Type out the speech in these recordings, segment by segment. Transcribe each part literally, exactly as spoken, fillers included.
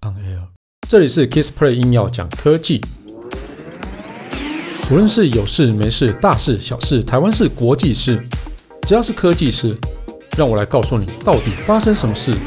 on air。这里是 Kissplay 硬要讲科技，无论是有事没事、大事小事、台湾事、国际事，只要是科技事，让我来告诉你到底发生什么事。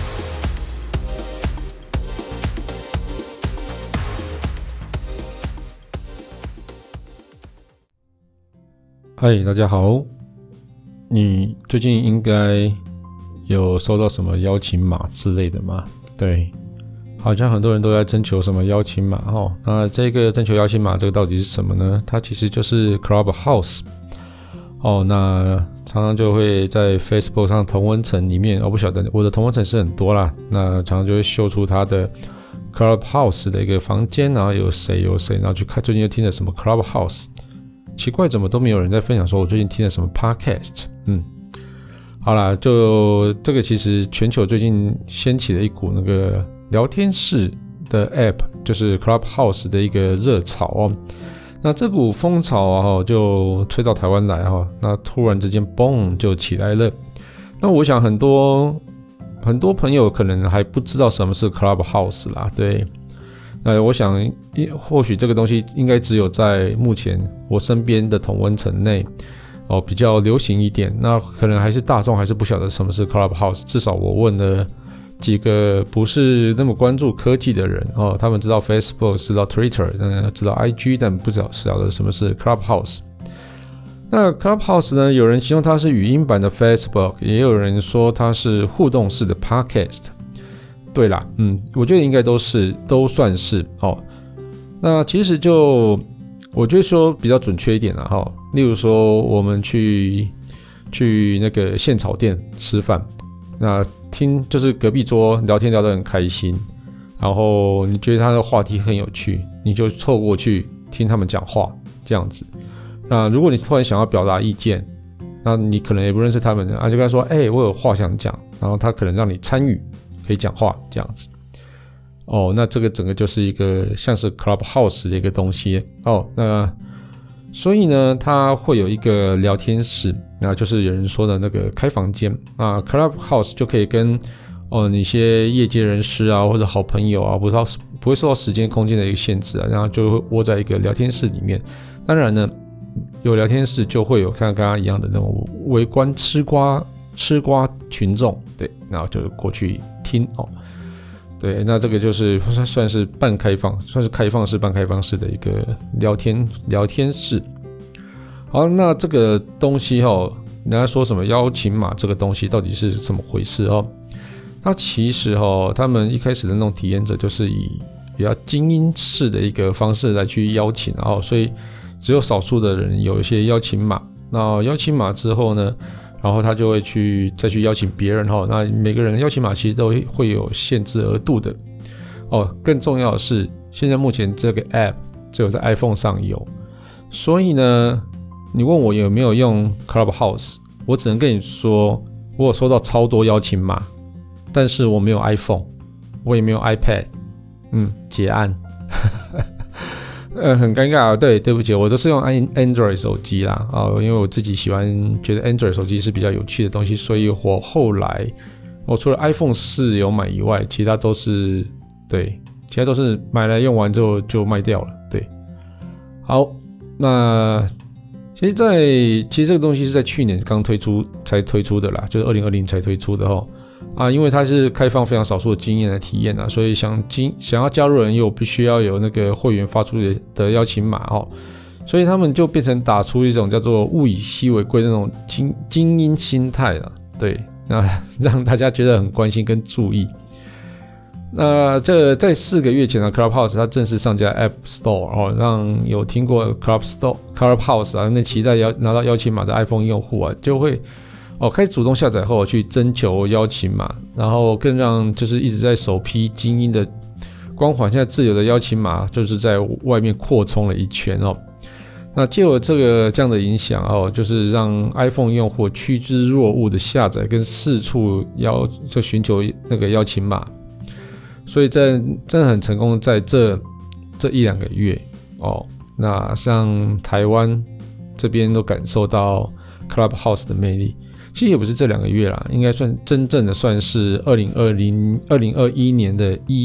嗨，大家好，你最近应该有收到什么邀请码之类的吗？对，好像很多人都在征求什么邀请码齁。那这个征求邀请码，这个到底是什么呢？它其实就是 Clubhouse 哦。那常常就会在 Facebook 上同温层里面，我不晓得我的同温层是很多啦。那常常就会秀出它的 Clubhouse 的一个房间，然后有谁有谁，然后去看最近又听了什么 Clubhouse。奇怪，怎么都没有人在分享说我最近听了什么 podcast。嗯，好啦，就这个其实全球最近掀起了一股那个聊天室的 app， 就是 Clubhouse 的一个热潮哦。那这股风潮啊，就吹到台湾来哈，那突然之间嘣就起来了。那我想很多很多朋友可能还不知道什么是 Clubhouse 啦，对。那我想或许这个东西应该只有在目前我身边的同温层内哦比较流行一点，那可能还是大众还是不晓得什么是 Clubhouse。至少我问了几个不是那么关注科技的人哦，他们知道 Facebook， 知道 Twitter， 知道 I G， 但不知道晓得什么是 Clubhouse。那 Clubhouse 呢，有人形容它是语音版的 Facebook， 也有人说它是互动式的 Podcast。对啦，嗯，我觉得应该都是都算是哦。那其实就我觉得说比较准确一点啦，哈。例如说我们去去那个现炒店吃饭，那听就是隔壁桌聊天聊得很开心，然后你觉得他的话题很有趣，你就凑过去听他们讲话这样子。那如果你突然想要表达意见，那你可能也不认识他们，啊，就跟他说，哎、欸，我有话想讲，然后他可能让你参与。可以讲话这样子哦，那这个整个就是一个像是 Clubhouse 的一个东西哦。那所以呢，它会有一个聊天室，那就是有人说的那个开房间啊 ，Clubhouse 就可以跟哦你一些业界人士啊或者好朋友啊，不知道不会受到时间空间的一个限制啊，然后就会窝在一个聊天室里面。当然呢，有聊天室就会有像刚刚一样的那种围观吃瓜吃瓜群众，对，然后就过去。听哦，对，那这个就是算是半开放，算是开放式、半开放式的一个聊天聊天室。好，那这个东西哦，人家说什么邀请码这个东西到底是怎么回事哦？它其实哦，他们一开始的那种体验者就是以比较精英式的一个方式来去邀请，然后所以只有少数的人有一些邀请码。那邀请码之后呢？然后他就会去再去邀请别人哈，那每个人的邀请码其实都会有限制额度的哦。更重要的是，现在目前这个 App 只有在 iPhone 上有，所以呢，你问我有没有用 Clubhouse， 我只能跟你说，我有收到超多邀请码，但是我没有 iPhone， 我也没有 iPad， 嗯，结案。呃，很尴尬啊，对，对不起，我都是用 Android 手机啦，啊，因为我自己喜欢觉得 Android 手机是比较有趣的东西，所以我后来我除了 iPhone 四有买以外，其他都是对，其他都是买来用完之后就卖掉了，对。好，那其实在其实这个东西是在去年刚推出才推出的啦，就是二零二零才推出的齁。啊，因为它是开放非常少数的经验的体验啊，所以想经想要加入人又必须要有那个会员发出的的邀请码哦，所以他们就变成打出一种叫做物以稀为贵的那种精精英心态了，对，那让大家觉得很关心跟注意。那这在四个月前的 Clubhouse 它正式上架 App Store 哦，让有听过 Club Store Clubhouse 啊，那期待要拿到邀请码的 iPhone 用户啊，就会。哦，开始主动下载后去征求邀请码，然后更让就是一直在首批精英的光环，现在自由的邀请码就是在外面扩充了一圈哦。那藉由这个这样的影响哦，就是让 iPhone 用户趋之若鹜的下载跟四处邀就寻求那个邀请码，所以在真的很成功，在这这一两个月哦，那像台湾这边都感受到 Clubhouse 的魅力。其实也不是这两个月啦，应该算真正的算是二零二零、二零二一年的一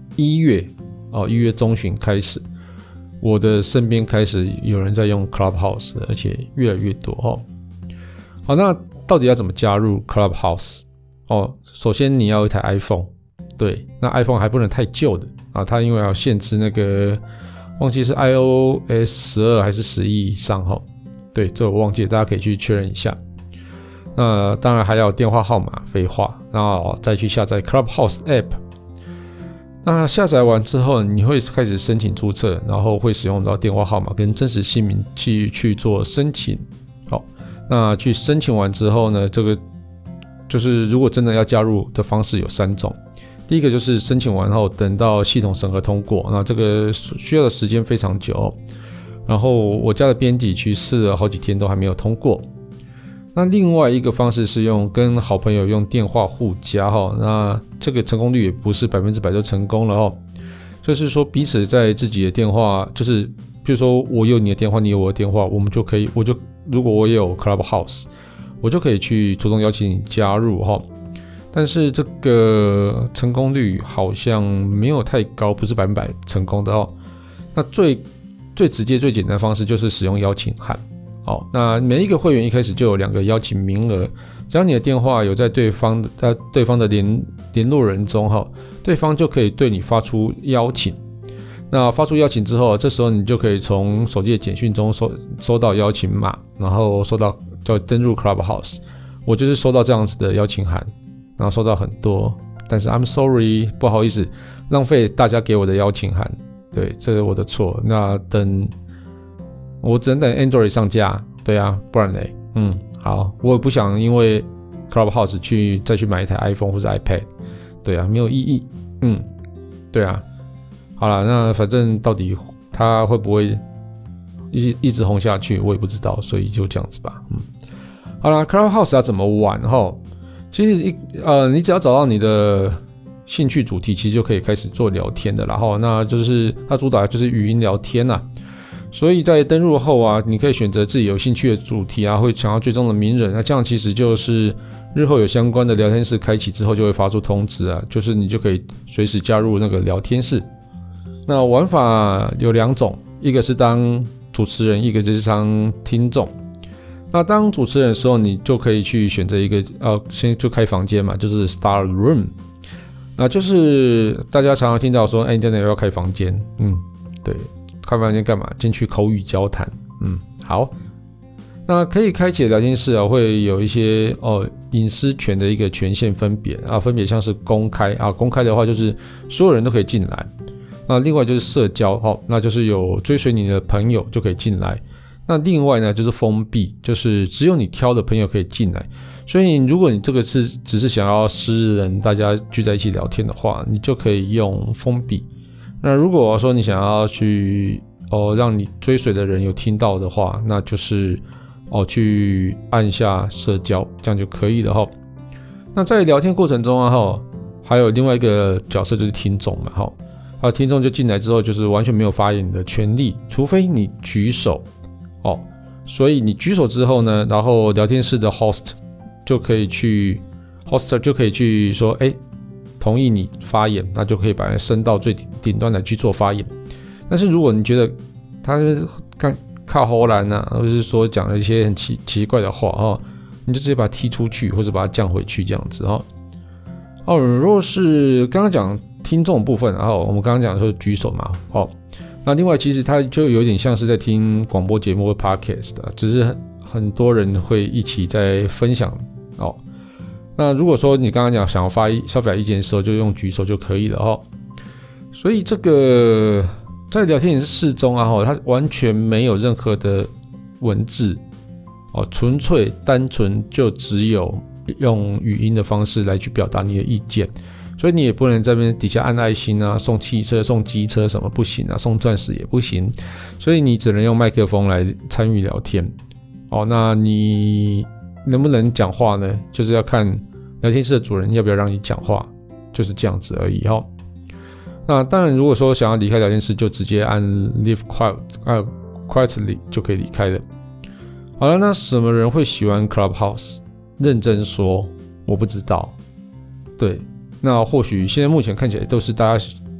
一月哦，一月中旬开始，我的身边开始有人在用 Clubhouse， 而且越来越多哦。好，那到底要怎么加入 Clubhouse？ 哦，首先你要有一台 iPhone， 对，那 iPhone 还不能太旧的啊，它因为要限制那个，忘记是 iOS 十二还是十一以上哈，对，这我忘记了，大家可以去确认一下。那当然还要有电话号码，废话，然后再去下载 Clubhouse App。那下载完之后，你会开始申请注册，然后会使用到电话号码跟真实姓名去去做申请。好，那去申请完之后呢，这个就是如果真的要加入的方式有三种。第一个就是申请完后，等到系统审核通过，那这个需要的时间非常久。然后我家的编辑去试了好几天都还没有通过。那另外一个方式是用跟好朋友用电话互加哈，那这个成功率也不是百分之百就成功了哈，就是说彼此在自己的电话，就是比如说我有你的电话，你有我的电话，我们就可以，我就如果我也有 Clubhouse， 我就可以去主动邀请你加入哈，但是这个成功率好像没有太高，不是百分百成功的哦。那最最直接最简单的方式就是使用邀请函。好，那每一个会员一开始就有两个邀请名额，只要你的电话有在对方的呃对方的联联络人中哈，对方就可以对你发出邀请。那发出邀请之后，这时候你就可以从手机的简讯中收收到邀请码，然后收到就登入 Clubhouse。我就是收到这样子的邀请函，然后收到很多，但是 I'm sorry， 不好意思，浪费大家给我的邀请函，对，这是我的错。那等。我只能等 Android 上架，对啊，不然嘞，嗯，好，我也不想因为 Clubhouse 去再去买一台 iPhone 或者 iPad， 对啊，没有意义，嗯，对啊，好啦，那反正到底它会不会一一直红下去，我也不知道，所以就这样子吧，嗯，好啦 ，Clubhouse 要怎么玩哈？其实一呃，你只要找到你的兴趣主题，其实就可以开始做聊天的啦，然后那就是它主打就是语音聊天呐。所以在登入后啊，你可以选择自己有兴趣的主题啊，会想要追踪的名人，那这样其实就是日后有相关的聊天室开启之后就会发出通知啊，就是你就可以随时加入那个聊天室。那玩法有两种，一个是当主持人，一个就是当听众。那当主持人的时候，你就可以去选择一个呃，先就开房间嘛，就是 Start Room。那就是大家常常听到说，哎，你等等要开房间，嗯，对。开房间干嘛？进去口语交谈。嗯，好。那可以开启的聊天室啊，会有一些哦隐私权的一个权限分别啊，分别像是公开啊，公开的话就是所有人都可以进来。那另外就是社交，哦，那就是有追随你的朋友就可以进来。那另外呢就是封闭，就是只有你挑的朋友可以进来。所以如果你这个是只是想要私人大家聚在一起聊天的话，你就可以用封闭。那如果说你想要去哦让你追随的人有听到的话，那就是哦去按下社交，这样就可以了哈。那在聊天过程中啊哈，还有另外一个角色就是听众嘛哈，啊听众就进来之后就是完全没有发言的权利，除非你举手哦。所以你举手之后呢，然后聊天室的 host 就可以去 hoster 就可以去说，哎。同意你发言，那就可以把它升到最顶端来去做发言。但是如果你觉得他靠喉兰啊，或者是说讲了一些很奇奇怪的话哈，你就直接把他踢出去，或者把他降回去这样子哈。哦，如果是刚刚讲听众部分，然后我们刚刚讲说举手嘛，哦，那另外其实它就有点像是在听广播节目或 podcast 的，只是很多人会一起在分享哦。那如果说你刚刚讲想要发发表意见的时候，就用举手就可以了哦。所以这个在聊天室中啊，它完全没有任何的文字哦，纯粹单纯就只有用语音的方式来去表达你的意见。所以你也不能在那边底下按爱心啊，送汽车、送机车什么不行啊，送钻石也不行。所以你只能用麦克风来参与聊天哦。那你能不能讲话呢？就是要看聊天室的主人要不要让你讲话，就是这样子而已哈。那当然，如果说想要离开聊天室，就直接按 Leave Quiet 啊 Quietly 就可以离开了。好了，那什么人会喜欢 Clubhouse？ 认真说，我不知道。对，那或许现在目前看起来都是大家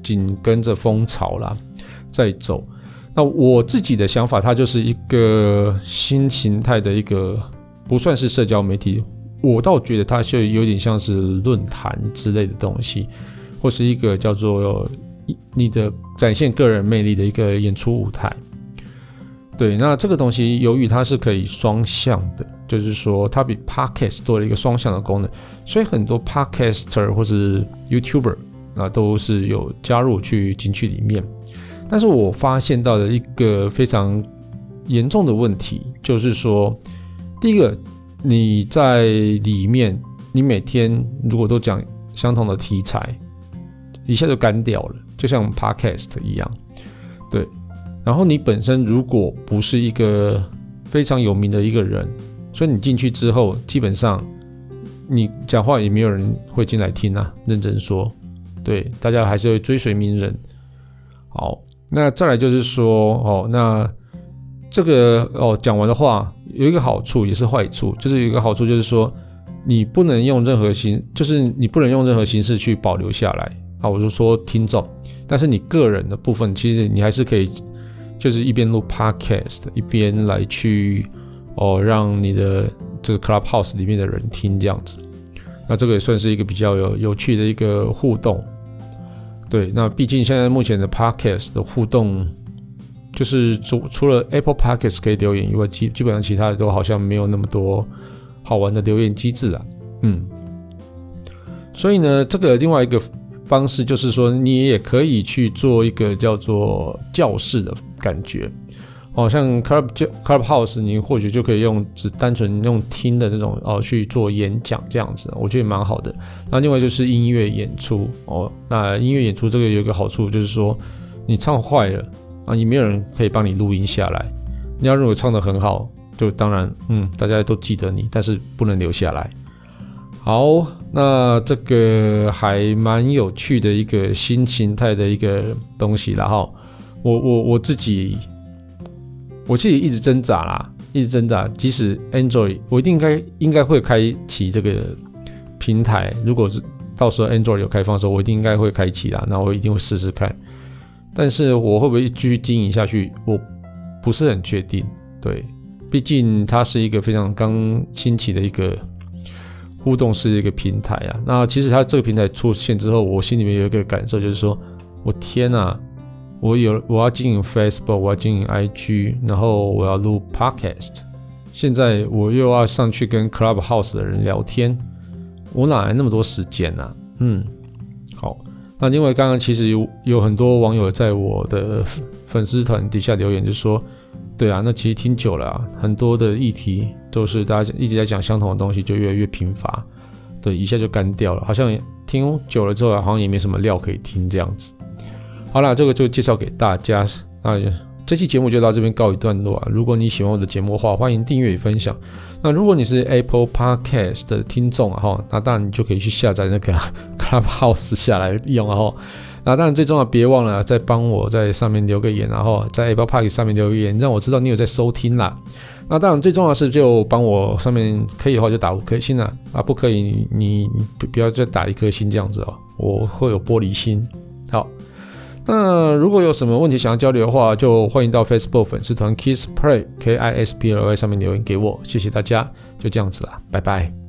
紧跟着风潮啦在走。那我自己的想法，它就是一个新形态的一个，不算是社交媒体，我倒觉得它就有点像是论坛之类的东西，或是一个叫做你的展现个人魅力的一个演出舞台。对，那这个东西由于它是可以双向的，就是说它比 Podcast 多了一个双向的功能，所以很多 Podcaster 或是 YouTuber 那都是有加入去进去里面。但是我发现到的一个非常严重的问题，就是说，第一个，你在里面，你每天如果都讲相同的题材，一下就干掉了，就像 Podcast 一样，对。然后你本身如果不是一个非常有名的一个人，所以你进去之后，基本上你讲话也没有人会进来听啊，认真说，对，大家还是会追随名人。好。那再来就是说，哦，那这个哦讲完的话，有一个好处也是坏处，就是有一个好处就是说，你不能用任何形，就是你不能用任何形式去保留下来啊。我就说听众，但是你个人的部分，其实你还是可以，就是一边录 podcast， 一边来去哦让你的这个 Clubhouse 里面的人听这样子。那这个也算是一个比较有有趣的一个互动。对，那毕竟现在目前的 Podcast 的互动，就是除除了 Apple Podcast 可以留言以外，基基本上其他的都好像没有那么多好玩的留言机制啦。嗯，所以呢，这个另外一个方式就是说，你也可以去做一个叫做教室的感觉。哦，像 Club Clubhouse， 你或许就可以用只单纯用听的那种哦去做演讲这样子，我觉得蛮好的。那另外就是音乐演出哦，那音乐演出这个有一个好处就是说，你唱坏了啊，也没有人可以帮你录音下来。你要如果唱得很好，就当然嗯大家都记得你，但是不能留下来。好，那这个还蛮有趣的一个新形态的一个东西啦哈。我我我自己。我自己一直挣扎啦，一直挣扎。即使 Android， 我一定应该应该会开启这个平台。如果是到时候 Android 有开放的时候，我一定应该会开启啦。那我一定会试试看。但是我会不会继续经营下去，我不是很确定。对，毕竟它是一个非常刚兴起的一个互动式的一个平台啊。那其实它这个平台出现之后，我心里面有一个感受，就是说，我天啊！我有我要经营 Facebook， 我要经营 I G， 然后我要录 Podcast， 现在我又要上去跟 Clubhouse 的人聊天，我哪来那么多时间啊？嗯，好，那另外刚刚其实 有, 有很多网友在我的粉丝团底下留言，就说，对啊，那其实听久了啊，很多的议题都是大家一直在讲相同的东西，就越来越贫乏，对，一下就干掉了，好像听久了之后，好像也没什么料可以听这样子。好啦，这个就介绍给大家。那这期节目就到这边告一段落啊。如果你喜欢我的节目的话，欢迎订阅与分享。那如果你是 Apple Podcast 的听众啊，那当然你就可以去下载那个 Clubhouse 下来用啊。那当然最重要，别忘了再帮我在上面留个言，然后在 Apple Podcast 上面留个言，让我知道你有在收听啦。那当然最重要的是，就帮我上面可以的话就打五颗星啦，啊不可以你你不要再打一颗星这样子哦，我会有玻璃心。好。那如果有什么问题想要交流的话，就欢迎到 Facebook 粉丝团 Kiss Play K I S P L Y 上面留言给我，谢谢大家，就这样子啦，拜拜。